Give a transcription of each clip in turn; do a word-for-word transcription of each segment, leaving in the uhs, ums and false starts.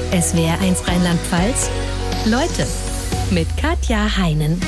S W R eins Rheinland-Pfalz. Leute mit Katja Heinen.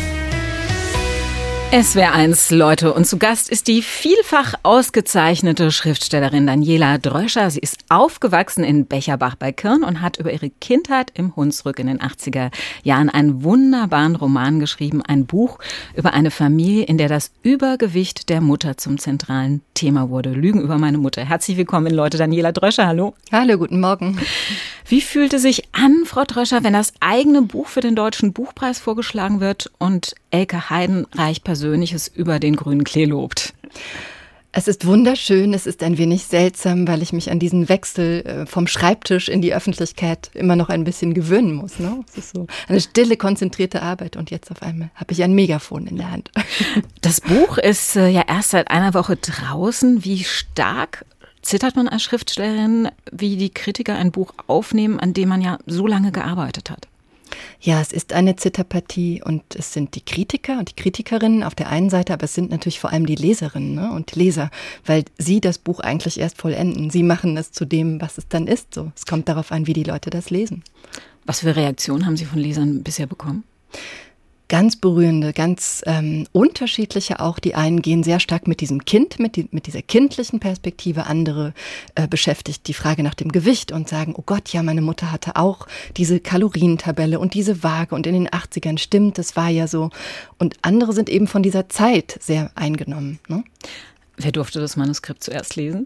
S W R eins Leute, und zu Gast ist die vielfach ausgezeichnete Schriftstellerin Daniela Dröscher. Sie ist aufgewachsen in Becherbach bei Kirn und hat über ihre Kindheit im Hunsrück in den achtziger Jahren einen wunderbaren Roman geschrieben, ein Buch über eine Familie, in der das Übergewicht der Mutter zum zentralen Thema wurde. Lügen über meine Mutter. Herzlich willkommen in Leute, Daniela Dröscher, hallo. Hallo, guten Morgen. Wie fühlt es sich an, Frau Dröscher, wenn das eigene Buch für den Deutschen Buchpreis vorgeschlagen wird und Elke Heidenreich Persönliches über den grünen Klee lobt? Es ist wunderschön, es ist ein wenig seltsam, weil ich mich an diesen Wechsel vom Schreibtisch in die Öffentlichkeit immer noch ein bisschen gewöhnen muss. Ne? Es ist so eine stille, konzentrierte Arbeit und jetzt auf einmal habe ich ein Megafon in der Hand. Das Buch ist äh, ja erst seit einer Woche draußen. Wie stark zittert man als Schriftstellerin, wie die Kritiker ein Buch aufnehmen, an dem man ja so lange gearbeitet hat? Ja, es ist eine Zitterpartie und es sind die Kritiker und die Kritikerinnen auf der einen Seite, aber es sind natürlich vor allem die Leserinnen, ne, und die Leser, weil sie das Buch eigentlich erst vollenden. Sie machen es zu dem, was es dann ist. So, es kommt darauf an, wie die Leute das lesen. Was für Reaktionen haben Sie von Lesern bisher bekommen? Ganz berührende, ganz ähm, unterschiedliche auch. Die einen gehen sehr stark mit diesem Kind, mit, die, mit dieser kindlichen Perspektive. Andere äh, beschäftigt die Frage nach dem Gewicht und sagen, oh Gott, ja, meine Mutter hatte auch diese Kalorientabelle und diese Waage und in den achtzigern stimmt, das war ja so. Und andere sind eben von dieser Zeit sehr eingenommen. Ne? Wer durfte das Manuskript zuerst lesen?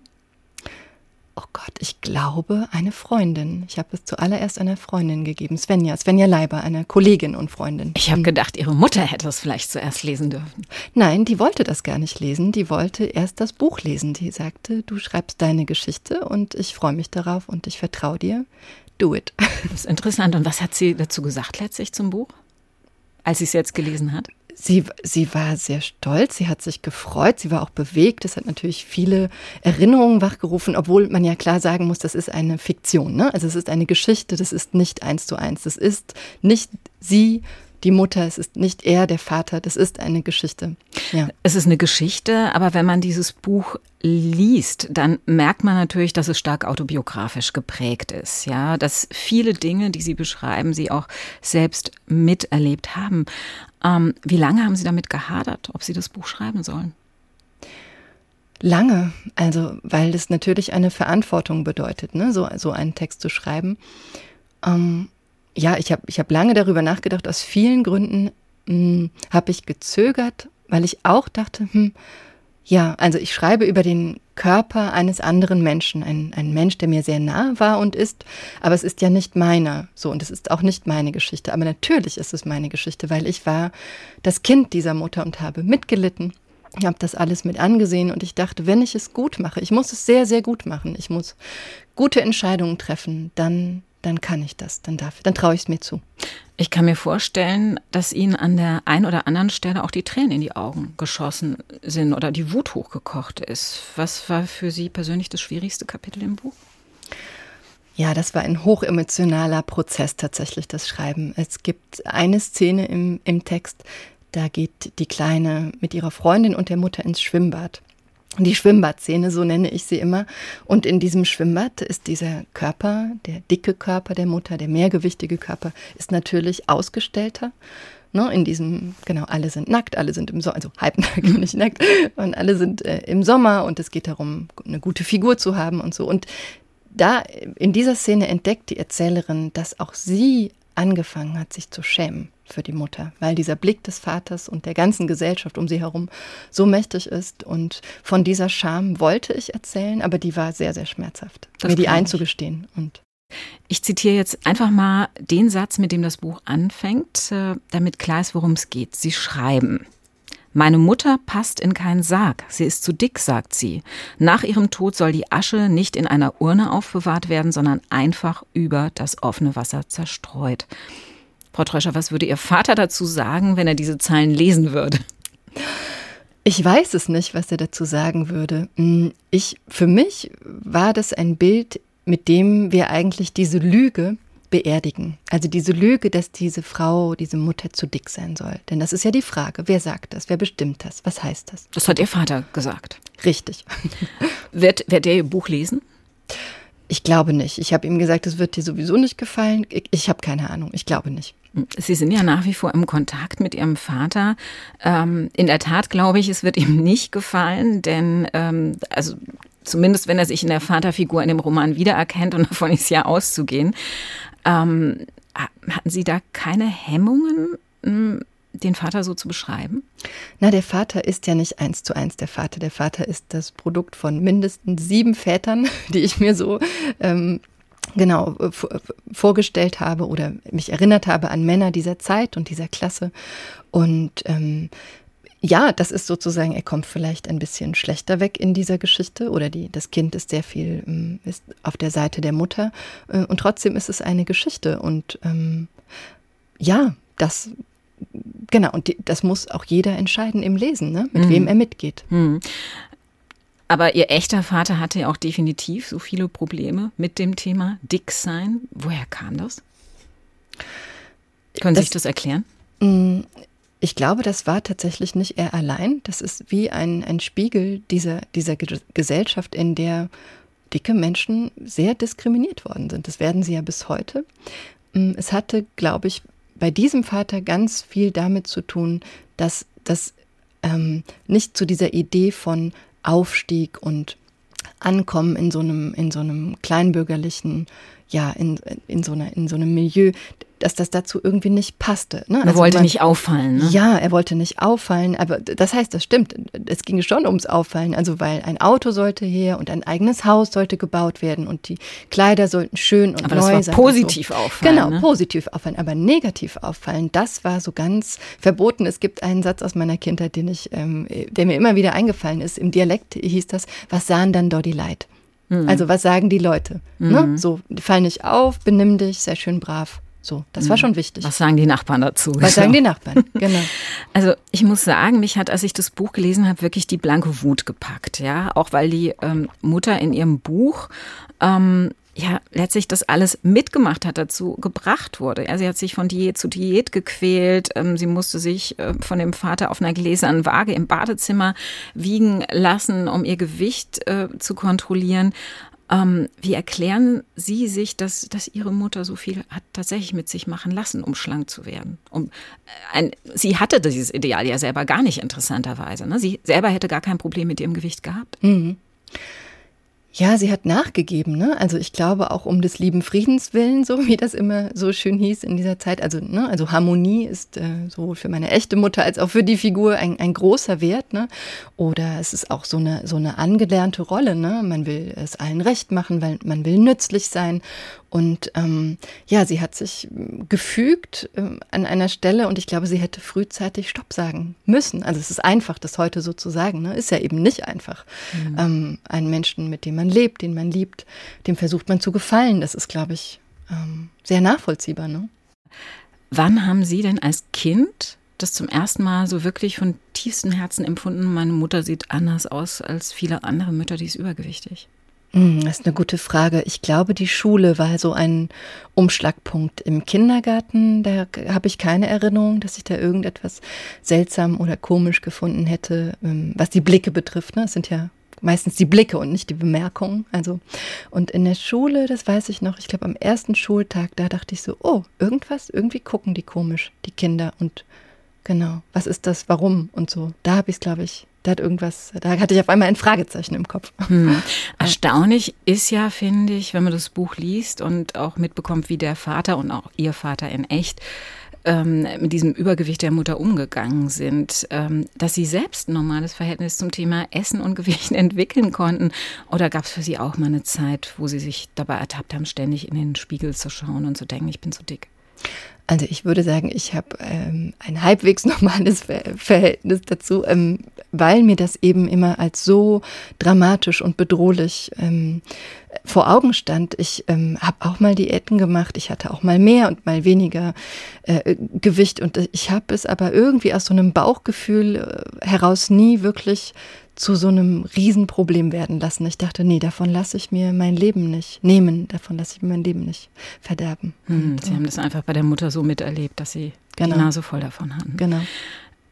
Oh Gott, ich glaube, eine Freundin. Ich habe es zuallererst einer Freundin gegeben, Svenja, Svenja Leiber, einer Kollegin und Freundin. Ich habe gedacht, Ihre Mutter hätte es vielleicht zuerst lesen dürfen. Nein, die wollte das gar nicht lesen. Die wollte erst das Buch lesen. Die sagte, du schreibst deine Geschichte und ich freue mich darauf und ich vertraue dir. Do it. Das ist interessant. Und was hat sie dazu gesagt letztlich zum Buch, als sie es jetzt gelesen hat? Sie, sie war sehr stolz, sie hat sich gefreut, sie war auch bewegt. Es hat natürlich viele Erinnerungen wachgerufen, obwohl man ja klar sagen muss, das ist eine Fiktion, ne? Also es ist eine Geschichte, das ist nicht eins zu eins. Das ist nicht sie, die Mutter, es ist nicht er, der Vater, das ist eine Geschichte. Ja. Es ist eine Geschichte, aber wenn man dieses Buch liest, dann merkt man natürlich, dass es stark autobiografisch geprägt ist. Ja, dass viele Dinge, die Sie beschreiben, Sie auch selbst miterlebt haben. Ähm, wie lange haben Sie damit gehadert, ob Sie das Buch schreiben sollen? Lange, also weil das natürlich eine Verantwortung bedeutet, ne, so, so einen Text zu schreiben. Ähm, ja, ich habe ich hab lange darüber nachgedacht, aus vielen Gründen habe ich gezögert, weil ich auch dachte, hm, ja, also ich schreibe über den Körper eines anderen Menschen, ein, ein Mensch, der mir sehr nah war und ist, aber es ist ja nicht meiner, so, und es ist auch nicht meine Geschichte, aber natürlich ist es meine Geschichte, weil ich war das Kind dieser Mutter und habe mitgelitten. Ich habe das alles mit angesehen und ich dachte, wenn ich es gut mache, ich muss es sehr, sehr gut machen, ich muss gute Entscheidungen treffen, dann, dann kann ich das, dann darf, dann traue ich es mir zu. Ich kann mir vorstellen, dass Ihnen an der einen oder anderen Stelle auch die Tränen in die Augen geschossen sind oder die Wut hochgekocht ist. Was war für Sie persönlich das schwierigste Kapitel im Buch? Ja, das war ein hochemotionaler Prozess tatsächlich, das Schreiben. Es gibt eine Szene im, im Text, da geht die Kleine mit ihrer Freundin und der Mutter ins Schwimmbad. Die Schwimmbadszene, so nenne ich sie immer. Und in diesem Schwimmbad ist dieser Körper, der dicke Körper der Mutter, der mehrgewichtige Körper, ist natürlich ausgestellter. Ne, in diesem, genau, alle sind nackt, alle sind im Sommer, also halbnackt, nicht nackt, und alle sind äh, im Sommer und es geht darum, eine gute Figur zu haben und so. Und da, in dieser Szene entdeckt die Erzählerin, dass auch sie angefangen hat, sich zu schämen für die Mutter, weil dieser Blick des Vaters und der ganzen Gesellschaft um sie herum so mächtig ist. Und von dieser Scham wollte ich erzählen, aber die war sehr, sehr schmerzhaft, das mir die einzugestehen. Und ich zitiere jetzt einfach mal den Satz, mit dem das Buch anfängt, damit klar ist, worum es geht. Sie schreiben: Meine Mutter passt in keinen Sarg. Sie ist zu dick, sagt sie. Nach ihrem Tod soll die Asche nicht in einer Urne aufbewahrt werden, sondern einfach über das offene Wasser zerstreut. Frau Dröscher, was würde Ihr Vater dazu sagen, wenn er diese Zeilen lesen würde? Ich weiß es nicht, was er dazu sagen würde. Ich, für mich war das ein Bild, mit dem wir eigentlich diese Lüge beerdigen. Also diese Lüge, dass diese Frau, diese Mutter zu dick sein soll. Denn das ist ja die Frage, wer sagt das, wer bestimmt das, was heißt das? Das hat Ihr Vater gesagt. Richtig. Wird, wird er Ihr Buch lesen? Ich glaube nicht. Ich habe ihm gesagt, es wird dir sowieso nicht gefallen. Ich, ich habe keine Ahnung. Ich glaube nicht. Sie sind ja nach wie vor im Kontakt mit Ihrem Vater. Ähm, in der Tat glaube ich, es wird ihm nicht gefallen, denn ähm, also zumindest wenn er sich in der Vaterfigur in dem Roman wiedererkennt, und davon ist ja auszugehen, ähm, hatten Sie da keine Hemmungen, den Vater so zu beschreiben? Na, der Vater ist ja nicht eins zu eins der Vater. Der Vater ist das Produkt von mindestens sieben Vätern, die ich mir so ähm, genau v- vorgestellt habe oder mich erinnert habe an Männer dieser Zeit und dieser Klasse. Und ähm, ja, das ist sozusagen, er kommt vielleicht ein bisschen schlechter weg in dieser Geschichte oder die, das Kind ist sehr viel ist auf der Seite der Mutter äh, und trotzdem ist es eine Geschichte und ähm, ja, das genau, und die, das muss auch jeder entscheiden im Lesen, ne? Mit mhm. wem er mitgeht. Mhm. Aber Ihr echter Vater hatte ja auch definitiv so viele Probleme mit dem Thema Dicksein. Woher kam das? Können Sie das, sich das erklären? Ich glaube, das war tatsächlich nicht er allein. Das ist wie ein, ein Spiegel dieser, dieser Gesellschaft, in der dicke Menschen sehr diskriminiert worden sind. Das werden sie ja bis heute. Es hatte, glaube ich, bei diesem Vater ganz viel damit zu tun, dass das ähm, nicht zu dieser Idee von Aufstieg und Ankommen in so einem, in so einem kleinbürgerlichen, ja, in, in, so einer, in so einem Milieu, dass das dazu irgendwie nicht passte. Ne? Er also wollte man, nicht auffallen, ne? Ja, er wollte nicht auffallen, aber das heißt, das stimmt. Es ging schon ums Auffallen, also weil ein Auto sollte her und ein eigenes Haus sollte gebaut werden und die Kleider sollten schön und aber neu sein. Aber das war positiv so. auffallen. Genau, ne? positiv auffallen, aber negativ auffallen, das war so ganz verboten. Es gibt einen Satz aus meiner Kindheit, den ich, ähm, der mir immer wieder eingefallen ist. Im Dialekt hieß das, was sahen dann dort die Leid? Mhm. Also was sagen die Leute? Mhm. Ne? So, fall nicht auf, benimm dich, sei schön brav. So, das war schon wichtig. Was sagen die Nachbarn dazu? Was sagen die Nachbarn, genau. Also ich muss sagen, mich hat, als ich das Buch gelesen habe, wirklich die blanke Wut gepackt. Ja, auch weil die ähm, Mutter in ihrem Buch ähm, ja letztlich das alles mitgemacht hat, dazu gebracht wurde. Ja, sie hat sich von Diät zu Diät gequält. Ähm, sie musste sich äh, von dem Vater auf einer gläsernen Waage im Badezimmer wiegen lassen, um ihr Gewicht äh, zu kontrollieren. Ähm, wie erklären Sie sich, dass, dass Ihre Mutter so viel hat tatsächlich mit sich machen lassen, um schlank zu werden? Um, äh, ein, sie hatte dieses Ideal ja selber gar nicht, interessanterweise. Ne? Sie selber hätte gar kein Problem mit ihrem Gewicht gehabt. Mhm. Ja, sie hat nachgegeben, ne? Also ich glaube auch um des lieben Friedens willen, so wie das immer so schön hieß in dieser Zeit. Also, ne? Also Harmonie ist äh, sowohl für meine echte Mutter als auch für die Figur ein, ein großer Wert, ne? Oder es ist auch so eine so eine angelernte Rolle, ne? Man will es allen recht machen, weil man will nützlich sein. Und ähm, ja, sie hat sich gefügt ähm, an einer Stelle und ich glaube, sie hätte frühzeitig Stopp sagen müssen. Also es ist einfach, das heute so zu sagen, ne? Ist ja eben nicht einfach. Mhm. Ähm, einen Menschen, mit dem man lebt, den man liebt, dem versucht man zu gefallen. Das ist, glaube ich, ähm, sehr nachvollziehbar. Ne? Wann haben Sie denn als Kind das zum ersten Mal so wirklich von tiefstem Herzen empfunden, meine Mutter sieht anders aus als viele andere Mütter, die ist übergewichtig? Das ist eine gute Frage. Ich glaube, die Schule war so ein Umschlagpunkt. Im Kindergarten, da habe ich keine Erinnerung, dass ich da irgendetwas seltsam oder komisch gefunden hätte, was die Blicke betrifft. Es sind ja meistens die Blicke und nicht die Bemerkungen. Also, und in der Schule, das weiß ich noch, ich glaube am ersten Schultag, da dachte ich so, oh, irgendwas, irgendwie gucken die komisch, die Kinder. Und genau, was ist das, warum und so. Da habe ich es, glaube ich, Da hat irgendwas, da hatte ich auf einmal ein Fragezeichen im Kopf. Hm. Erstaunlich ist ja, finde ich, wenn man das Buch liest und auch mitbekommt, wie der Vater und auch ihr Vater in echt ähm, mit diesem Übergewicht der Mutter umgegangen sind, ähm, dass sie selbst ein normales Verhältnis zum Thema Essen und Gewicht entwickeln konnten. Oder gab es für sie auch mal eine Zeit, wo sie sich dabei ertappt haben, ständig in den Spiegel zu schauen und zu denken, ich bin zu dick? Also ich würde sagen, ich habe ähm, ein halbwegs normales Ver- Verhältnis dazu, ähm, weil mir das eben immer als so dramatisch und bedrohlich ähm, vor Augen stand. Ich ähm, habe auch mal Diäten gemacht, ich hatte auch mal mehr und mal weniger äh, Gewicht und ich habe es aber irgendwie aus so einem Bauchgefühl äh, heraus nie wirklich zu so einem Riesenproblem werden lassen. Ich dachte, nee, davon lasse ich mir mein Leben nicht nehmen, davon lasse ich mir mein Leben nicht verderben. Hm, Sie so. haben das einfach bei der Mutter so miterlebt, dass Sie genau. die Nase voll davon hatten. Genau.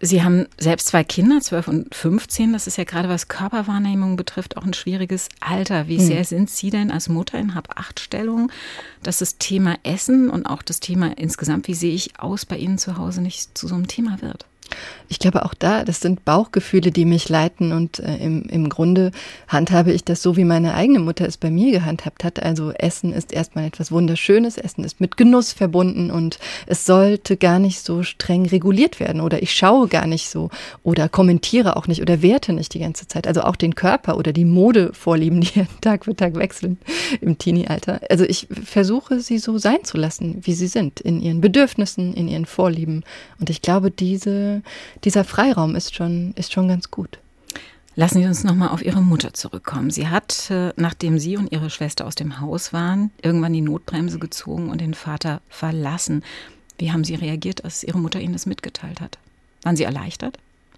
Sie haben selbst zwei Kinder, zwölf und fünfzehn. Das ist ja gerade, was Körperwahrnehmung betrifft, auch ein schwieriges Alter. Wie sehr sind Sie denn als Mutter in Hab-Acht-Stellung, dass das Thema Essen und auch das Thema insgesamt, wie sehe ich aus, bei Ihnen zu Hause nicht zu so einem Thema wird? Ich glaube auch da, das sind Bauchgefühle, die mich leiten und äh, im, im Grunde handhabe ich das so, wie meine eigene Mutter es bei mir gehandhabt hat. Also Essen ist erstmal etwas Wunderschönes, Essen ist mit Genuss verbunden und es sollte gar nicht so streng reguliert werden oder ich schaue gar nicht so oder kommentiere auch nicht oder werte nicht die ganze Zeit. Also auch den Körper oder die Modevorlieben, die ja Tag für Tag wechseln im Teenie-Alter. Also ich versuche, sie so sein zu lassen, wie sie sind, in ihren Bedürfnissen, in ihren Vorlieben. Und ich glaube, diese Dieser Freiraum ist schon, ist schon ganz gut. Lassen Sie uns nochmal auf Ihre Mutter zurückkommen. Sie hat, nachdem Sie und Ihre Schwester aus dem Haus waren, irgendwann die Notbremse gezogen und den Vater verlassen. Wie haben Sie reagiert, als Ihre Mutter Ihnen das mitgeteilt hat? Waren Sie erleichtert?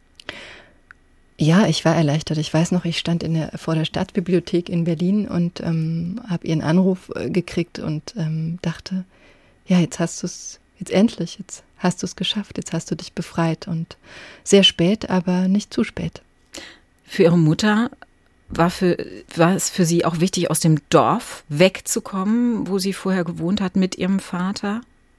Ja, ich war erleichtert. Ich weiß noch, ich stand in der, vor der Staatsbibliothek in Berlin und ähm, habe Ihren Anruf äh, gekriegt und ähm, dachte, ja, jetzt hast du es, jetzt endlich, jetzt hast du es geschafft, jetzt hast du dich befreit und sehr spät, aber nicht zu spät. Für Ihre Mutter war, für, war es für Sie auch wichtig, aus dem Dorf wegzukommen, wo sie vorher gewohnt hat mit Ihrem Vater?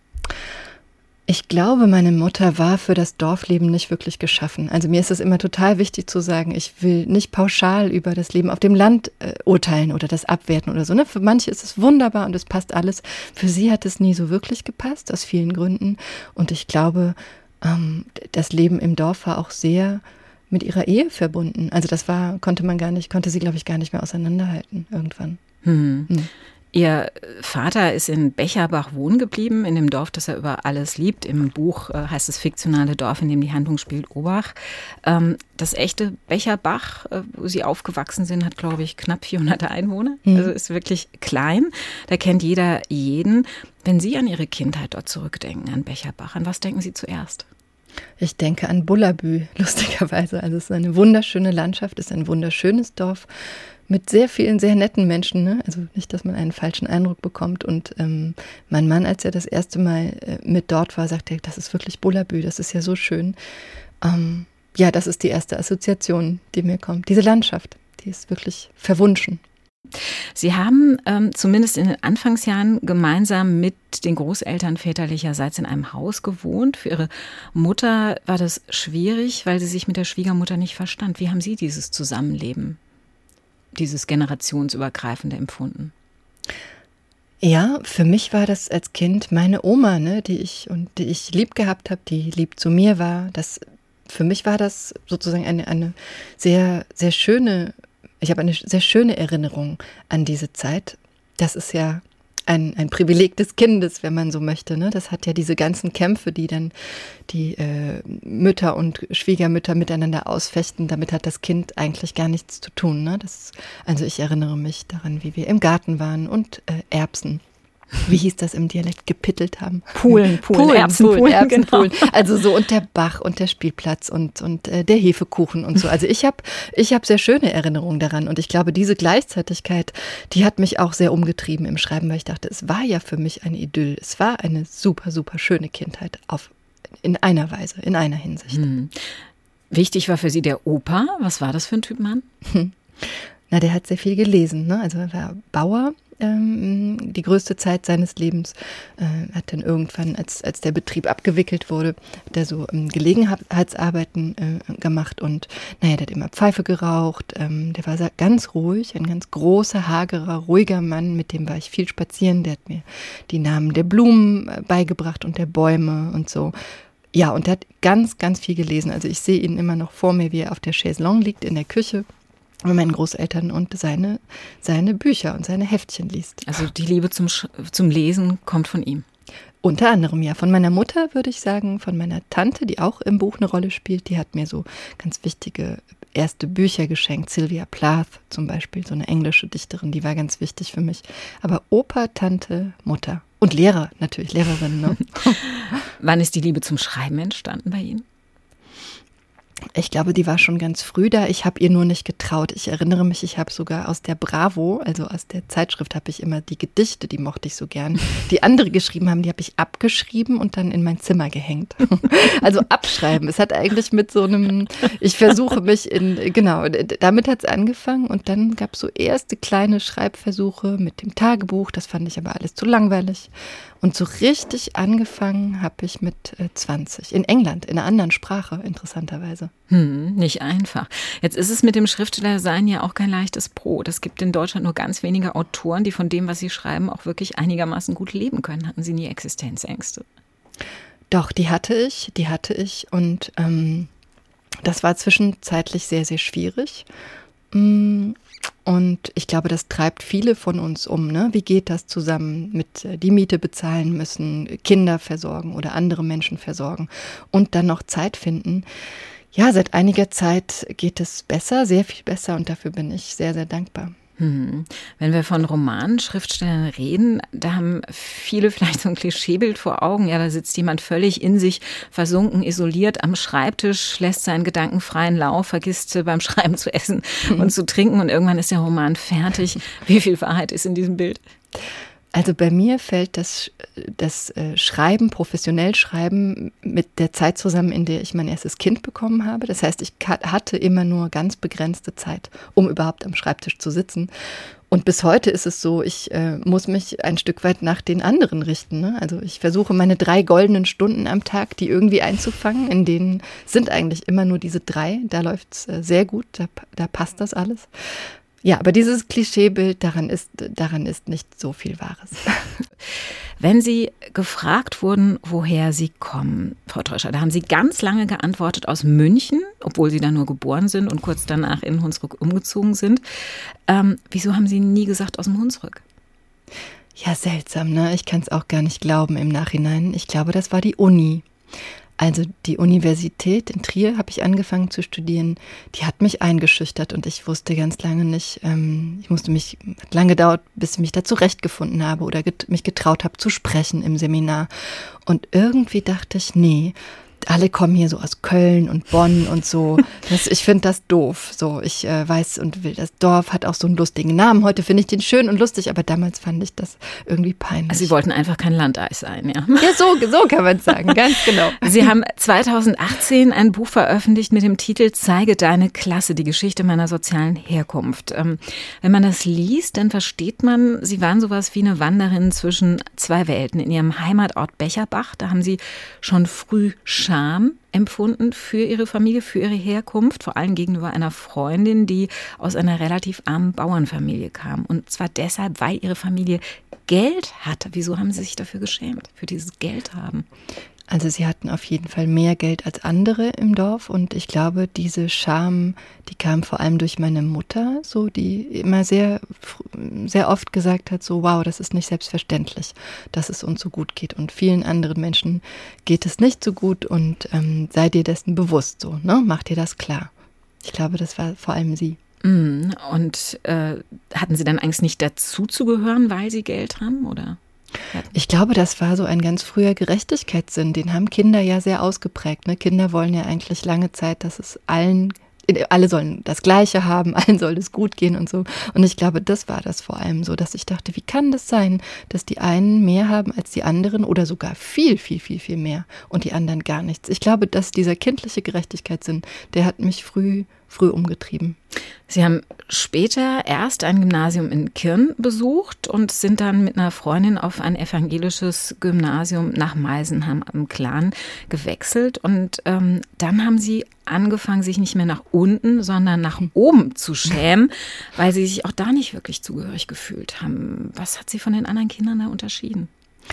Ich glaube, meine Mutter war für das Dorfleben nicht wirklich geschaffen. Also mir ist es immer total wichtig zu sagen, ich will nicht pauschal über das Leben auf dem Land äh, urteilen oder das abwerten oder so. Ne? Für manche ist es wunderbar und es passt alles. Für sie hat es nie so wirklich gepasst, aus vielen Gründen. Und ich glaube, ähm, das Leben im Dorf war auch sehr mit ihrer Ehe verbunden. Also das war, konnte man gar nicht, konnte sie, glaube ich, gar nicht mehr auseinanderhalten irgendwann. Hm. Hm. Ihr Vater ist in Becherbach wohnen geblieben, in dem Dorf, das er über alles liebt. Im Buch äh, heißt es fiktionale Dorf, in dem die Handlung spielt, Obach. Ähm, das echte Becherbach, äh, wo Sie aufgewachsen sind, hat, glaube ich, knapp vierhundert Einwohner. Mhm. Also ist wirklich klein. Da kennt jeder jeden. Wenn Sie an Ihre Kindheit dort zurückdenken, an Becherbach, an was denken Sie zuerst? Ich denke an Bullabü, lustigerweise. Also es ist eine wunderschöne Landschaft, es ist ein wunderschönes Dorf. Mit sehr vielen, sehr netten Menschen, ne? Also nicht, dass man einen falschen Eindruck bekommt. Und ähm, mein Mann, als er das erste Mal äh, mit dort war, sagte er, das ist wirklich Bullabü, das ist ja so schön. Ähm, ja, das ist die erste Assoziation, die mir kommt. Diese Landschaft, die ist wirklich verwunschen. Sie haben ähm, zumindest in den Anfangsjahren gemeinsam mit den Großeltern väterlicherseits in einem Haus gewohnt. Für Ihre Mutter war das schwierig, weil sie sich mit der Schwiegermutter nicht verstand. Wie haben Sie dieses Zusammenleben, dieses generationsübergreifende empfunden? Ja, für mich war das als Kind meine Oma, ne, die ich und die ich lieb gehabt habe, die lieb zu mir war. Das, für mich war das sozusagen eine, eine sehr, sehr schöne, ich habe eine sehr schöne Erinnerung an diese Zeit. Das ist ja ein, ein Privileg des Kindes, wenn man so möchte. Ne? Das hat ja diese ganzen Kämpfe, die dann die äh, Mütter und Schwiegermütter miteinander ausfechten. Damit hat das Kind eigentlich gar nichts zu tun. Ne? Das, also ich erinnere mich daran, wie wir im Garten waren und äh, Erbsen. Wie hieß das im Dialekt? Gepittelt haben. Poolen, Poolen, Poolen Erbsen, Poolen, Poolen, Erbsen, genau. Poolen. Also so und der Bach und der Spielplatz und, und äh, der Hefekuchen und so. Also ich habe ich hab sehr schöne Erinnerungen daran und ich glaube, diese Gleichzeitigkeit, die hat mich auch sehr umgetrieben im Schreiben, weil ich dachte, es war ja für mich ein Idyll. Es war eine super, super schöne Kindheit auf, in einer Weise, in einer Hinsicht. Hm. Wichtig war für Sie der Opa. Was war das für ein Typ Mann? Hm. Na, der hat sehr viel gelesen, ne? Also er war Bauer. Ähm, die größte Zeit seines Lebens, äh, hat dann irgendwann, als, als der Betrieb abgewickelt wurde, hat er so ähm, Gelegenheitsarbeiten äh, gemacht und naja, der hat immer Pfeife geraucht, ähm, der war ganz ruhig, ein ganz großer, hagerer, ruhiger Mann, mit dem war ich viel spazieren, der hat mir die Namen der Blumen äh, beigebracht und der Bäume und so. Ja, und der hat ganz, ganz viel gelesen, also ich sehe ihn immer noch vor mir, wie er auf der Chaiselongue liegt in der Küche mit meinen Großeltern und seine, seine Bücher und seine Heftchen liest. Also die Liebe zum, zum Lesen kommt von ihm? Unter anderem, ja. Von meiner Mutter würde ich sagen, von meiner Tante, die auch im Buch eine Rolle spielt. Die hat mir so ganz wichtige erste Bücher geschenkt. Sylvia Plath zum Beispiel, so eine englische Dichterin, die war ganz wichtig für mich. Aber Opa, Tante, Mutter und Lehrer, natürlich, Lehrerin. Ne? Wann ist die Liebe zum Schreiben entstanden bei Ihnen? Ich glaube, die war schon ganz früh da. Ich habe ihr nur nicht getraut. Ich erinnere mich, ich habe sogar aus der Bravo, also aus der Zeitschrift, habe ich immer die Gedichte, die mochte ich so gern, die andere geschrieben haben, die habe ich abgeschrieben und dann in mein Zimmer gehängt. Also abschreiben. Es hat eigentlich mit so einem, ich versuche mich in, genau, damit hat es angefangen und dann gab es so erste kleine Schreibversuche mit dem Tagebuch. Das fand ich aber alles zu langweilig. Und so richtig angefangen habe ich mit äh, zwanzig. In England, in einer anderen Sprache, interessanterweise. Hm, nicht einfach. Jetzt ist es mit dem Schriftstellersein ja auch kein leichtes Brot. Es gibt in Deutschland nur ganz wenige Autoren, die von dem, was sie schreiben, auch wirklich einigermaßen gut leben können. Hatten Sie nie Existenzängste? Doch, die hatte ich, die hatte ich. Und ähm, das war zwischenzeitlich sehr, sehr schwierig. Mm. Und ich glaube, das treibt viele von uns um. Ne? Wie geht das zusammen mit äh, die Miete bezahlen müssen, Kinder versorgen oder andere Menschen versorgen und dann noch Zeit finden? Ja, seit einiger Zeit geht es besser, sehr viel besser und dafür bin ich sehr, sehr dankbar. Hm. Wenn wir von Romanschriftstellern reden, da haben viele vielleicht so ein Klischeebild vor Augen. Ja, da sitzt jemand völlig in sich versunken, isoliert am Schreibtisch, lässt seinen Gedanken freien Lauf, vergisst beim Schreiben zu essen und zu trinken und irgendwann ist der Roman fertig. Wie viel Wahrheit ist in diesem Bild? Also bei mir fällt das, das Schreiben, professionell Schreiben mit der Zeit zusammen, in der ich mein erstes Kind bekommen habe. Das heißt, ich hatte immer nur ganz begrenzte Zeit, um überhaupt am Schreibtisch zu sitzen. Und bis heute ist es so, ich äh, muss mich ein Stück weit nach den anderen richten. Ne? Also ich versuche meine drei goldenen Stunden am Tag, die irgendwie einzufangen. In denen sind eigentlich immer nur diese drei. Da läuft es äh, sehr gut, da, da passt das alles. Ja, aber dieses Klischeebild, daran ist, daran ist nicht so viel Wahres. Wenn Sie gefragt wurden, woher Sie kommen, Frau Dröscher, da haben Sie ganz lange geantwortet aus München, obwohl Sie da nur geboren sind und kurz danach in Hunsrück umgezogen sind. Ähm, wieso haben Sie nie gesagt aus dem Hunsrück? Ja, seltsam, ne? Ich kann es auch gar nicht glauben im Nachhinein. Ich glaube, das war die Uni. Also die Universität in Trier habe ich angefangen zu studieren, die hat mich eingeschüchtert und ich wusste ganz lange nicht, ähm, ich musste mich, hat lange gedauert, bis ich mich da zurechtgefunden habe oder get, mich getraut habe zu sprechen im Seminar. Und irgendwie dachte ich, nee, alle kommen hier so aus Köln und Bonn und so. Das, ich finde das doof. So, ich äh, weiß und will, das Dorf hat auch so einen lustigen Namen. Heute finde ich den schön und lustig, aber damals fand ich das irgendwie peinlich. Also Sie wollten einfach kein Landeis sein, ja? Ja, so, so kann man es sagen, ganz genau. Sie haben zweitausendachtzehn ein Buch veröffentlicht mit dem Titel Zeige deine Klasse, die Geschichte meiner sozialen Herkunft. Ähm, wenn man das liest, dann versteht man, Sie waren sowas wie eine Wanderin zwischen zwei Welten. In Ihrem Heimatort Becherbach, da haben Sie schon früh Scham empfunden für ihre Familie, für ihre Herkunft, vor allem gegenüber einer Freundin, die aus einer relativ armen Bauernfamilie kam. Und zwar deshalb, weil ihre Familie Geld hatte. Wieso haben Sie sich dafür geschämt, für dieses Geld haben? Also sie hatten auf jeden Fall mehr Geld als andere im Dorf und ich glaube, diese Scham, die kam vor allem durch meine Mutter, so die immer sehr, sehr oft gesagt hat, so wow, das ist nicht selbstverständlich, dass es uns so gut geht und vielen anderen Menschen geht es nicht so gut und ähm, sei dir dessen bewusst, so, ne, mach dir das klar. Ich glaube, das war vor allem sie. Und äh, hatten Sie dann Angst, nicht dazuzugehören, weil Sie Geld haben, oder? Ich glaube, das war so ein ganz früher Gerechtigkeitssinn. Den haben Kinder ja sehr ausgeprägt. Ne? Kinder wollen ja eigentlich lange Zeit, dass es allen, alle sollen das Gleiche haben, allen soll es gut gehen und so. Und ich glaube, das war das vor allem so, dass ich dachte, wie kann das sein, dass die einen mehr haben als die anderen oder sogar viel, viel, viel, viel mehr und die anderen gar nichts. Ich glaube, dass dieser kindliche Gerechtigkeitssinn, der hat mich früh früh umgetrieben. Sie haben später erst ein Gymnasium in Kirn besucht und sind dann mit einer Freundin auf ein evangelisches Gymnasium nach Meisenheim am Glan gewechselt. Und ähm, dann haben Sie angefangen, sich nicht mehr nach unten, sondern nach oben zu schämen, weil Sie sich auch da nicht wirklich zugehörig gefühlt haben. Was hat Sie von den anderen Kindern da unterschieden?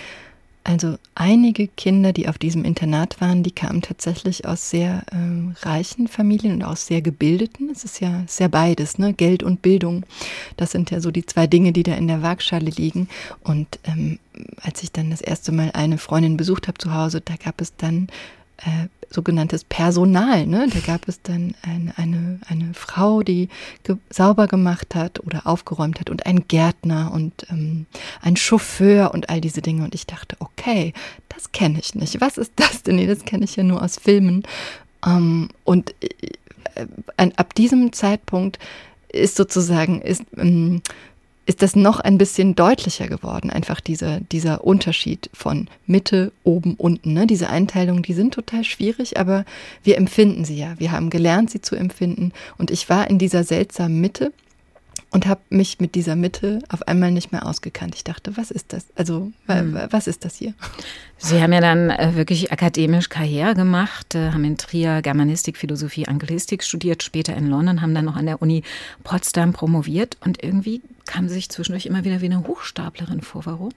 Also einige Kinder, die auf diesem Internat waren, die kamen tatsächlich aus sehr ähm, reichen Familien und aus sehr gebildeten. Es ist ja sehr beides, ne? Geld und Bildung. Das sind ja so die zwei Dinge, die da in der Waagschale liegen. Und ähm, als ich dann das erste Mal eine Freundin besucht habe zu Hause, da gab es dann äh, sogenanntes Personal, ne? Da gab es dann eine, eine, eine Frau, die ge- sauber gemacht hat oder aufgeräumt hat und ein Gärtner und ähm, ein Chauffeur und all diese Dinge. Und ich dachte, okay, das kenne ich nicht. Was ist das denn? Nee, das kenne ich ja nur aus Filmen. Ähm, und äh, ab diesem Zeitpunkt ist sozusagen, ist, ähm, ist das noch ein bisschen deutlicher geworden, einfach dieser, dieser Unterschied von Mitte, oben, unten. Ne? Diese Einteilungen, die sind total schwierig, aber wir empfinden sie ja. Wir haben gelernt, sie zu empfinden. Und ich war in dieser seltsamen Mitte und habe mich mit dieser Mitte auf einmal nicht mehr ausgekannt. Ich dachte, was ist das? Also, hm. was ist das hier? Sie haben ja dann äh, wirklich akademisch Karriere gemacht, äh, haben in Trier Germanistik, Philosophie, Anglistik studiert, später in London, haben dann noch an der Uni Potsdam promoviert und irgendwie kam sie sich zwischendurch immer wieder wie eine Hochstaplerin vor. Warum?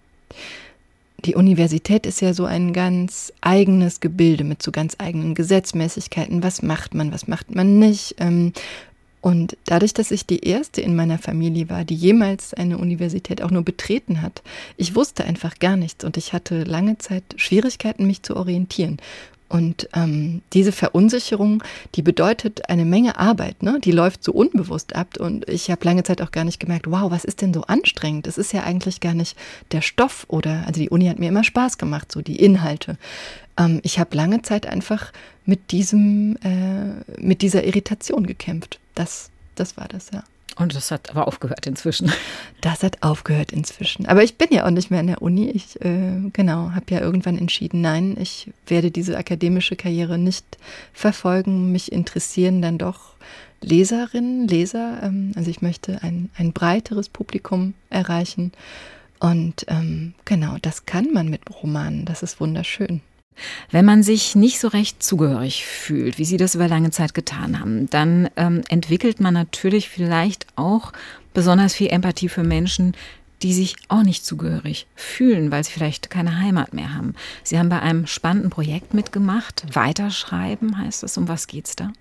Die Universität ist ja so ein ganz eigenes Gebilde mit so ganz eigenen Gesetzmäßigkeiten. Was macht man, was macht man nicht? Ähm, Und dadurch, dass ich die erste in meiner Familie war, die jemals eine Universität auch nur betreten hat, ich wusste einfach gar nichts und ich hatte lange Zeit Schwierigkeiten, mich zu orientieren. Und ähm, diese Verunsicherung, die bedeutet eine Menge Arbeit, ne? Die läuft so unbewusst ab und ich habe lange Zeit auch gar nicht gemerkt, wow, was ist denn so anstrengend? Das ist ja eigentlich gar nicht der Stoff oder, also die Uni hat mir immer Spaß gemacht, so die Inhalte. Ähm, ich habe lange Zeit einfach mit diesem, äh, mit dieser Irritation gekämpft. Das, das war das, ja. Und das hat aber aufgehört inzwischen. Das hat aufgehört inzwischen. Aber ich bin ja auch nicht mehr an der Uni. Ich, äh, genau, habe ja irgendwann entschieden, nein, ich werde diese akademische Karriere nicht verfolgen. Mich interessieren dann doch Leserinnen, Leser. Ähm, also ich möchte ein, ein breiteres Publikum erreichen. Und ähm, genau, das kann man mit Romanen. Das ist wunderschön. Wenn man sich nicht so recht zugehörig fühlt, wie Sie das über lange Zeit getan haben, dann ähm, entwickelt man natürlich vielleicht auch besonders viel Empathie für Menschen, die sich auch nicht zugehörig fühlen, weil sie vielleicht keine Heimat mehr haben. Sie haben bei einem spannenden Projekt mitgemacht. Weiterschreiben heißt es. Um was geht's da?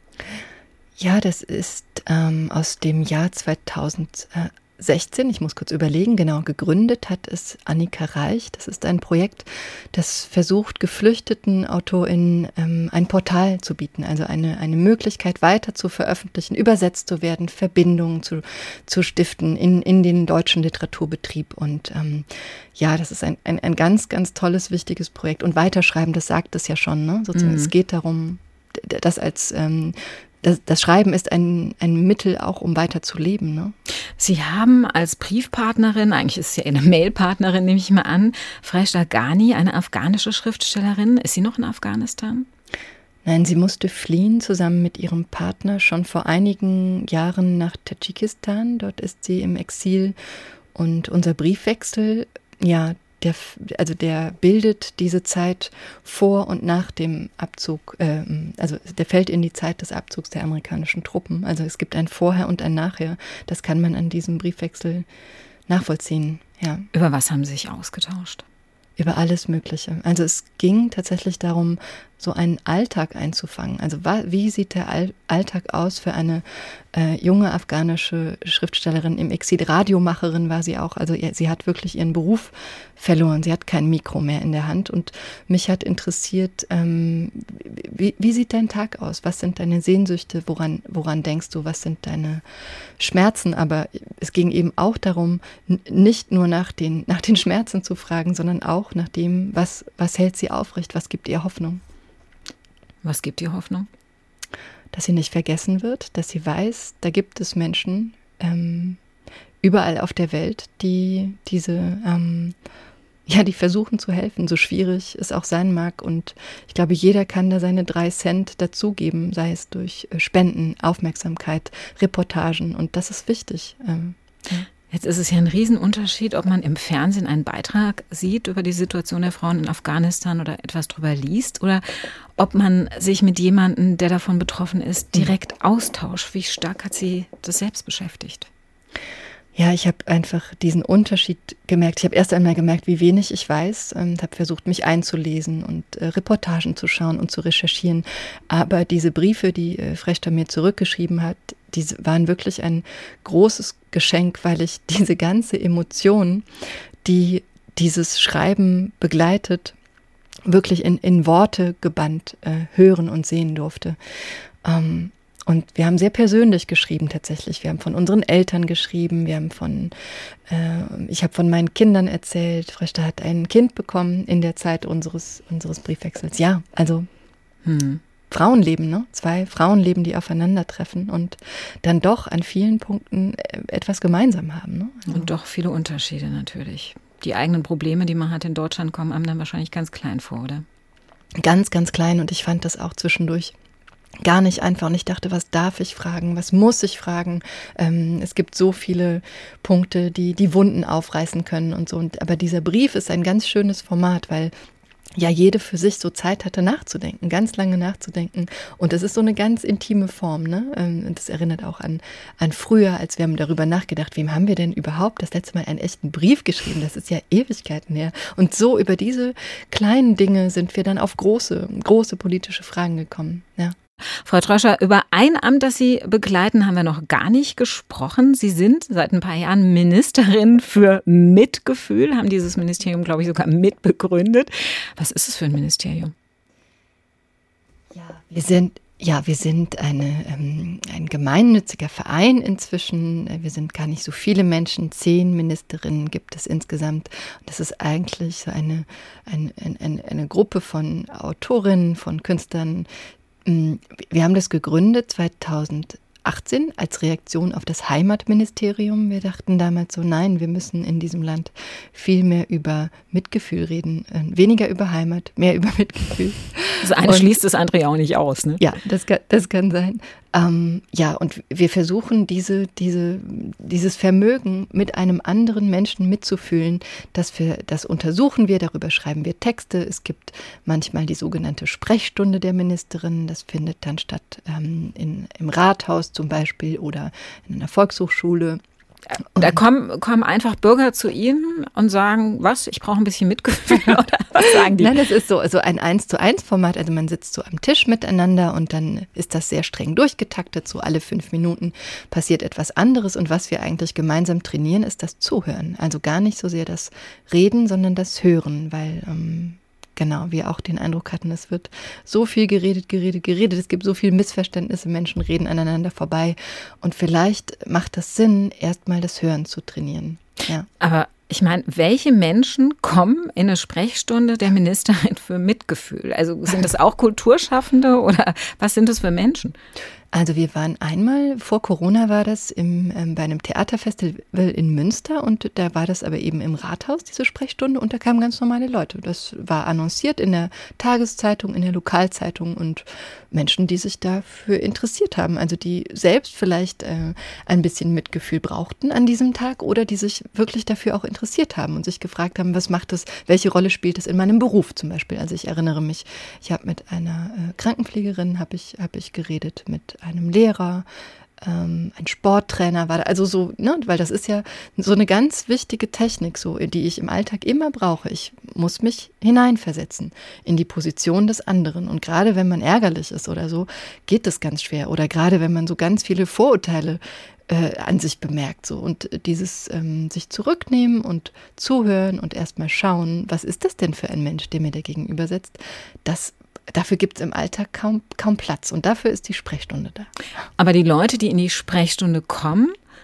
Ja, das ist ähm, aus dem Jahr zweitausendsechzehn. Ich muss kurz überlegen, genau, gegründet hat es Annika Reich. Das ist ein Projekt, das versucht, geflüchteten AutorInnen ähm, ein Portal zu bieten, also eine, eine Möglichkeit weiter zu veröffentlichen, übersetzt zu werden, Verbindungen zu, zu stiften in, in den deutschen Literaturbetrieb. Und ähm, ja, das ist ein, ein, ein ganz, ganz tolles, wichtiges Projekt. Und Weiterschreiben, das sagt es ja schon, ne? Sozusagen, mhm. Es geht darum, das als ähm, Das, das Schreiben ist ein, ein Mittel auch, um weiter zu leben. Ne? Sie haben als Briefpartnerin, eigentlich ist sie ja eine Mailpartnerin, nehme ich mal an, Freshta Ghani, eine afghanische Schriftstellerin. Ist sie noch in Afghanistan? Nein, sie musste fliehen zusammen mit ihrem Partner schon vor einigen Jahren nach Tadschikistan. Dort ist sie im Exil und unser Briefwechsel, ja, Der, also der bildet diese Zeit vor und nach dem Abzug, äh, also der fällt in die Zeit des Abzugs der amerikanischen Truppen. Also es gibt ein Vorher und ein Nachher. Das kann man an diesem Briefwechsel nachvollziehen. Ja. Über was haben Sie sich ausgetauscht? Über alles Mögliche. Also es ging tatsächlich darum, so einen Alltag einzufangen. Also wie sieht der Alltag aus für eine äh, junge afghanische Schriftstellerin im Exil? Radiomacherin war sie auch. Also sie hat wirklich ihren Beruf verloren. Sie hat kein Mikro mehr in der Hand. Und mich hat interessiert, ähm, wie, wie sieht dein Tag aus? Was sind deine Sehnsüchte? Woran, woran denkst du? Was sind deine Schmerzen? Aber es ging eben auch darum, n- nicht nur nach den, nach den Schmerzen zu fragen, sondern auch nach dem, was, was hält sie aufrecht? Was gibt ihr Hoffnung? Was gibt ihr Hoffnung? Dass sie nicht vergessen wird, dass sie weiß, da gibt es Menschen ähm, überall auf der Welt, die diese, ähm, ja, die versuchen zu helfen, so schwierig es auch sein mag. Und ich glaube, jeder kann da seine drei Cent dazugeben, sei es durch Spenden, Aufmerksamkeit, Reportagen. Und das ist wichtig. Ähm, ja. Jetzt ist es ja ein Riesenunterschied, ob man im Fernsehen einen Beitrag sieht über die Situation der Frauen in Afghanistan oder etwas drüber liest oder ob man sich mit jemandem, der davon betroffen ist, direkt austauscht. Wie stark hat Sie das selbst beschäftigt? Ja, ich habe einfach diesen Unterschied gemerkt. Ich habe erst einmal gemerkt, wie wenig ich weiß und habe versucht, mich einzulesen und äh, Reportagen zu schauen und zu recherchieren. Aber diese Briefe, die äh, Freshta mir zurückgeschrieben hat, die waren wirklich ein großes Geschenk, weil ich diese ganze Emotion, die dieses Schreiben begleitet, wirklich in, in Worte gebannt äh, hören und sehen durfte. Ähm, Und wir haben sehr persönlich geschrieben tatsächlich. Wir haben von unseren Eltern geschrieben, wir haben von, äh, ich habe von meinen Kindern erzählt. Freshta hat ein Kind bekommen in der Zeit unseres, unseres Briefwechsels. Ja, also. Hm. Frauenleben, ne? Zwei Frauenleben, die aufeinandertreffen und dann doch an vielen Punkten etwas gemeinsam haben. Ne? Also und doch viele Unterschiede natürlich. Die eigenen Probleme, die man hat in Deutschland, kommen einem dann wahrscheinlich ganz klein vor, oder? Ganz, ganz klein, und ich fand das auch zwischendurch gar nicht einfach. Und ich dachte, was darf ich fragen? Was muss ich fragen? Ähm, es gibt so viele Punkte, die die Wunden aufreißen können und so. Und, aber dieser Brief ist ein ganz schönes Format, weil ja jede für sich so Zeit hatte nachzudenken, ganz lange nachzudenken. Und das ist so eine ganz intime Form, ne? Und das erinnert auch an, an früher, als wir haben darüber nachgedacht, wem haben wir denn überhaupt das letzte Mal einen echten Brief geschrieben? Das ist ja Ewigkeiten her. Und so über diese kleinen Dinge sind wir dann auf große, große politische Fragen gekommen, ja. Frau Dröscher, über ein Amt, das Sie begleiten, haben wir noch gar nicht gesprochen. Sie sind seit ein paar Jahren Ministerin für Mitgefühl, haben dieses Ministerium, glaube ich, sogar mitbegründet. Was ist es für ein Ministerium? Ja, wir sind, ja, wir sind eine, ähm, ein gemeinnütziger Verein inzwischen. Wir sind gar nicht so viele Menschen. Zehn Ministerinnen gibt es insgesamt. Und das ist eigentlich so eine, eine, eine, eine Gruppe von Autorinnen, von Künstlern. Wir haben das gegründet zweitausendachtzehn als Reaktion auf das Heimatministerium. Wir dachten damals so, nein, wir müssen in diesem Land viel mehr über Mitgefühl reden. Weniger über Heimat, mehr über Mitgefühl. Das eine und, schließt das andere ja auch nicht aus, ne? Ja, das kann, das kann sein. Ähm, ja, und wir versuchen, diese, diese, dieses Vermögen mit einem anderen Menschen mitzufühlen, dass wir, das untersuchen wir, darüber schreiben wir Texte. Es gibt manchmal die sogenannte Sprechstunde der Ministerin. Das findet dann statt ähm, in, im Rathaus zum Beispiel oder in einer Volkshochschule. Da kommen, kommen einfach Bürger zu Ihnen und sagen, was, ich brauche ein bisschen Mitgefühl, oder was sagen die? Nein, das ist so, so ein eins zu eins Format, also man sitzt so am Tisch miteinander und dann ist das sehr streng durchgetaktet, so alle fünf Minuten passiert etwas anderes, und was wir eigentlich gemeinsam trainieren, ist das Zuhören, also gar nicht so sehr das Reden, sondern das Hören, weil ähm, genau, wir auch den Eindruck hatten, es wird so viel geredet, geredet, geredet. Es gibt so viele Missverständnisse, Menschen reden aneinander vorbei. Und vielleicht macht das Sinn, erstmal das Hören zu trainieren. Ja. Aber ich meine, welche Menschen kommen in eine Sprechstunde der Ministerin für Mitgefühl? Also sind das auch Kulturschaffende oder was sind das für Menschen? Also wir waren einmal, vor Corona war das im, ähm, bei einem Theaterfestival in Münster, und da war das aber eben im Rathaus, diese Sprechstunde, und da kamen ganz normale Leute. Das war annonciert in der Tageszeitung, in der Lokalzeitung, und Menschen, die sich dafür interessiert haben, also die selbst vielleicht äh, ein bisschen Mitgefühl brauchten an diesem Tag oder die sich wirklich dafür auch interessiert haben und sich gefragt haben, was macht das, welche Rolle spielt es in meinem Beruf zum Beispiel. Also ich erinnere mich, ich habe mit einer äh, Krankenpflegerin habe ich, hab ich geredet, mit einem Lehrer, ähm, ein Sporttrainer war da, also so, ne, weil das ist ja so eine ganz wichtige Technik, so, die ich im Alltag immer brauche. Ich muss mich hineinversetzen in die Position des anderen, und gerade wenn man ärgerlich ist oder so, geht das ganz schwer, oder gerade wenn man so ganz viele Vorurteile äh, an sich bemerkt, so, und dieses ähm, sich zurücknehmen und zuhören und erstmal schauen, was ist das denn für ein Mensch, der mir da gegenüber sitzt, das Dafür gibt es im Alltag kaum, kaum Platz, und dafür ist die Sprechstunde da. Aber die Leute, die in die Sprechstunde kommen,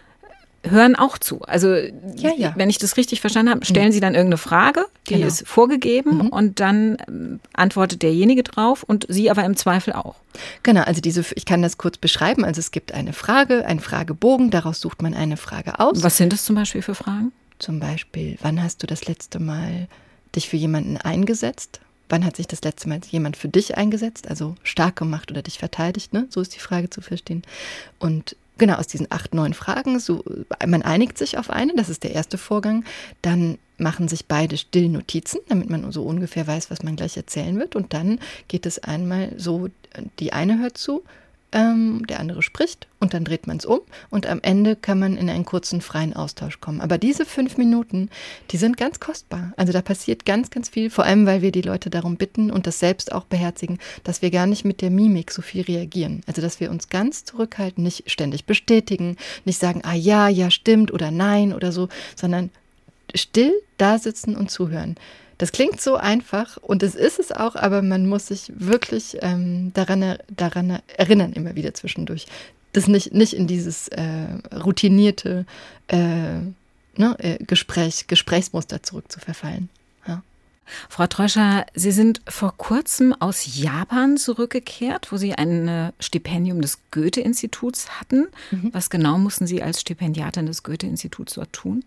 hören auch zu. Also ja, ja. Wenn ich das richtig verstanden habe, stellen Sie dann irgendeine Frage, die genau. ist vorgegeben, mhm. und dann ähm, antwortet derjenige drauf und Sie aber im Zweifel auch. Genau, also diese, ich kann das kurz beschreiben. Also es gibt eine Frage, einen Fragebogen, daraus sucht man eine Frage aus. Was sind das zum Beispiel für Fragen? Zum Beispiel, wann hast du das letzte Mal dich für jemanden eingesetzt? Wann hat sich das letzte Mal jemand für dich eingesetzt, also stark gemacht oder dich verteidigt, ne? So ist die Frage zu verstehen. Und genau, aus diesen acht, neun Fragen, so, man einigt sich auf eine, das ist der erste Vorgang. Dann machen sich beide still Notizen, damit man so ungefähr weiß, was man gleich erzählen wird. Und dann geht es einmal so, die eine hört zu, ähm, der andere spricht, und dann dreht man es um, und am Ende kann man in einen kurzen freien Austausch kommen. Aber diese fünf Minuten, die sind ganz kostbar. Also da passiert ganz, ganz viel, vor allem, weil wir die Leute darum bitten und das selbst auch beherzigen, dass wir gar nicht mit der Mimik so viel reagieren. Also dass wir uns ganz zurückhalten, nicht ständig bestätigen, nicht sagen, ah ja, ja stimmt oder nein oder so, sondern still da sitzen und zuhören. Das klingt so einfach, und es ist es auch, aber man muss sich wirklich ähm, daran, daran erinnern, immer wieder zwischendurch. Das nicht, nicht in dieses äh, routinierte äh, ne, äh, Gespräch, Gesprächsmuster zurückzuverfallen. Ja. Frau Treuscher, Sie sind vor kurzem aus Japan zurückgekehrt, wo Sie ein Stipendium des Goethe-Instituts hatten. Mhm. Was genau mussten Sie als Stipendiatin des Goethe-Instituts dort tun?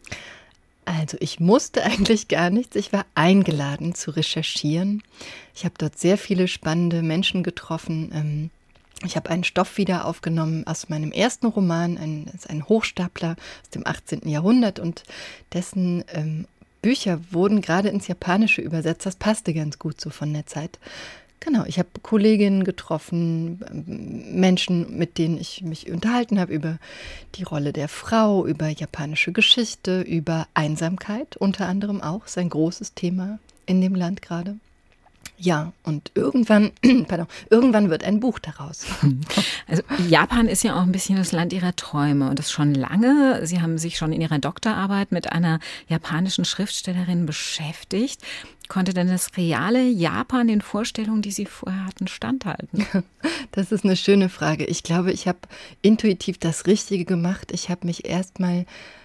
Also ich musste eigentlich gar nichts. Ich war eingeladen zu recherchieren. Ich habe dort sehr viele spannende Menschen getroffen. Ich habe einen Stoff wieder aufgenommen aus meinem ersten Roman, ein, ein Hochstapler aus dem achtzehnten Jahrhundert, und dessen ähm, Bücher wurden gerade ins Japanische übersetzt. Das passte ganz gut so von der Zeit. Genau, ich habe Kolleginnen getroffen, Menschen, mit denen ich mich unterhalten habe über die Rolle der Frau, über japanische Geschichte, über Einsamkeit unter anderem auch. Das ist ein großes Thema in dem Land gerade. Ja, und irgendwann, pardon, irgendwann wird ein Buch daraus. Also Japan ist ja auch ein bisschen das Land Ihrer Träume und das schon lange. Sie haben sich schon in Ihrer Doktorarbeit mit einer japanischen Schriftstellerin beschäftigt. Konnte denn das reale Japan den Vorstellungen, die Sie vorher hatten, standhalten? Das ist eine schöne Frage. Ich glaube, ich habe intuitiv das Richtige gemacht. Ich habe mich erstmal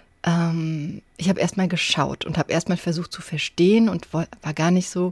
ähm, ich habe erstmal geschaut und habe erstmal versucht zu verstehen und war gar nicht so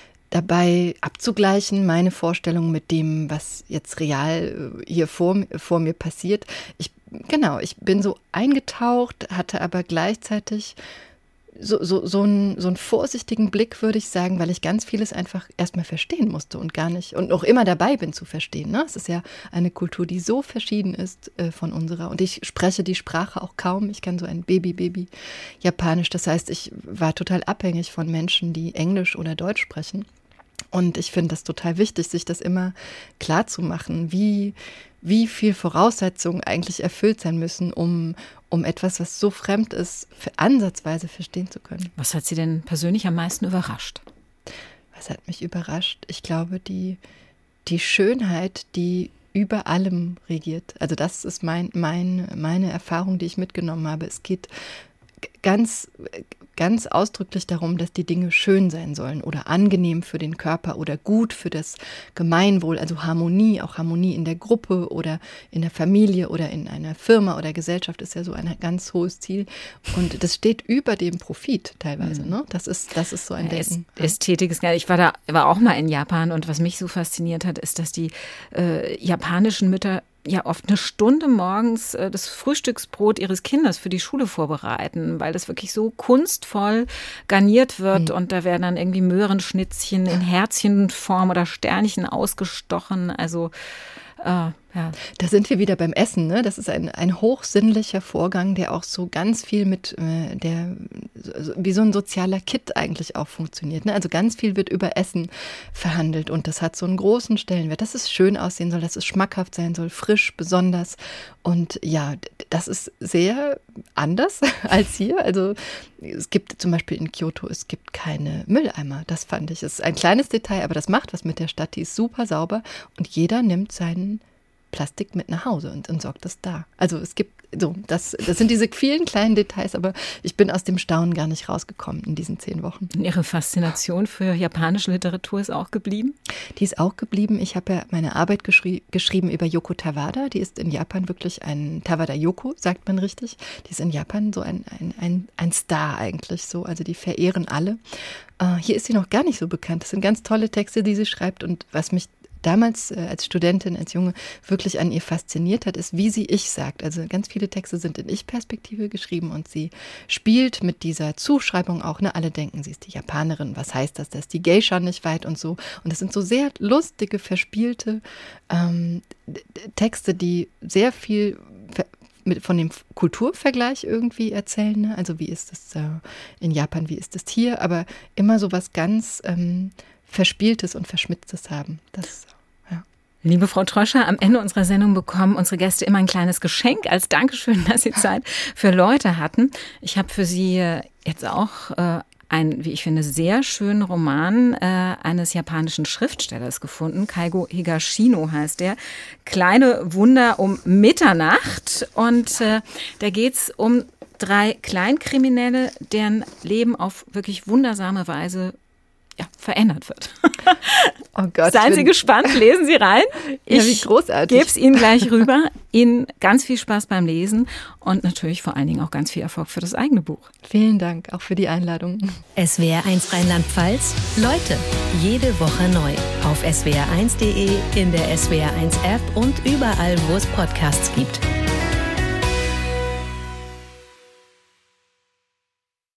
dabei abzugleichen, meine Vorstellung mit dem, was jetzt real hier vor, vor mir passiert. Ich, genau, ich bin so eingetaucht, hatte aber gleichzeitig so, so, so, einen, so einen vorsichtigen Blick, würde ich sagen, weil ich ganz vieles einfach erstmal verstehen musste und gar nicht, und noch immer dabei bin zu verstehen. Ne? Es ist ja eine Kultur, die so verschieden ist äh, von unserer. Und ich spreche die Sprache auch kaum. Ich kann so ein Baby-Baby-Japanisch. Das heißt, ich war total abhängig von Menschen, die Englisch oder Deutsch sprechen. Und ich finde das total wichtig, sich das immer klar zu machen, wie, wie viel Voraussetzungen eigentlich erfüllt sein müssen, um, um etwas, was so fremd ist, für ansatzweise verstehen zu können. Was hat Sie denn persönlich am meisten überrascht? Was hat mich überrascht? Ich glaube, die, die Schönheit, die über allem regiert. Also das ist mein, mein, meine Erfahrung, die ich mitgenommen habe. Es geht ganz, ganz ausdrücklich darum, dass die Dinge schön sein sollen oder angenehm für den Körper oder gut für das Gemeinwohl, also Harmonie, auch Harmonie in der Gruppe oder in der Familie oder in einer Firma oder Gesellschaft ist ja so ein ganz hohes Ziel. Und das steht über dem Profit teilweise. Mhm. Ne? Das ist, das ist so ein Denken. Ästhetik ist geil. Ich war da, war auch mal in Japan und was mich so fasziniert hat, ist, dass die äh, japanischen Mütter ja oft eine Stunde morgens äh, das Frühstücksbrot ihres Kindes für die Schule vorbereiten, weil das wirklich so kunstvoll garniert wird mhm. und da werden dann irgendwie Möhrenschnitzchen in Herzchenform oder Sternchen ausgestochen, also äh, ja. Da sind wir wieder beim Essen, ne? Das ist ein, ein hochsinnlicher Vorgang, der auch so ganz viel mit äh, der, so, wie so ein sozialer Kit eigentlich auch funktioniert. Ne? Also ganz viel wird über Essen verhandelt und das hat so einen großen Stellenwert, dass es schön aussehen soll, dass es schmackhaft sein soll, frisch, besonders. Und ja, das ist sehr anders als hier. Also es gibt zum Beispiel in Kyoto, es gibt keine Mülleimer. Das fand ich, es ist ein kleines Detail, aber das macht was mit der Stadt. Die ist super sauber und jeder nimmt seinen Plastik mit nach Hause und entsorgt das da. Also es gibt so, das, das sind diese vielen kleinen Details, aber ich bin aus dem Staunen gar nicht rausgekommen in diesen zehn Wochen. Und Ihre Faszination für japanische Literatur ist auch geblieben? Die ist auch geblieben. Ich habe ja meine Arbeit geschrie- geschrieben über Yoko Tawada. Die ist in Japan wirklich ein Tawada Yoko, sagt man richtig. Die ist in Japan so ein, ein, ein, ein Star eigentlich so. Also die verehren alle. Uh, hier ist sie noch gar nicht so bekannt. Das sind ganz tolle Texte, die sie schreibt und was mich damals äh, als Studentin, als Junge wirklich an ihr fasziniert hat, ist, wie sie Ich sagt. Also ganz viele Texte sind in Ich-Perspektive geschrieben und sie spielt mit dieser Zuschreibung auch, ne, alle denken, sie ist die Japanerin, was heißt das, dass die Geisha nicht weit und so. Und das sind so sehr lustige, verspielte ähm, Texte, die sehr viel mit, von dem Kulturvergleich irgendwie erzählen. Ne? Also wie ist es äh, in Japan, wie ist es hier, aber immer so was ganz ähm, Verspieltes und Verschmitztes haben. Das, ja. Liebe Frau Treuscher, am Ende unserer Sendung bekommen unsere Gäste immer ein kleines Geschenk als Dankeschön, dass Sie Zeit für Leute hatten. Ich habe für Sie jetzt auch äh, einen, wie ich finde, sehr schönen Roman äh, eines japanischen Schriftstellers gefunden. Keigo Higashino heißt der. Kleine Wunder um Mitternacht. Und äh, da geht's um drei Kleinkriminelle, deren Leben auf wirklich wundersame Weise ja, verändert wird. Oh Gott. Seien Sie gespannt, lesen Sie rein. Ich ja, wie großartig. gebe es Ihnen gleich rüber. Ihnen ganz viel Spaß beim Lesen und natürlich vor allen Dingen auch ganz viel Erfolg für das eigene Buch. Vielen Dank auch für die Einladung. S W R eins Rheinland-Pfalz. Leute, jede Woche neu. Auf S W R eins Punkt de, in der S W R eins App und überall, wo es Podcasts gibt.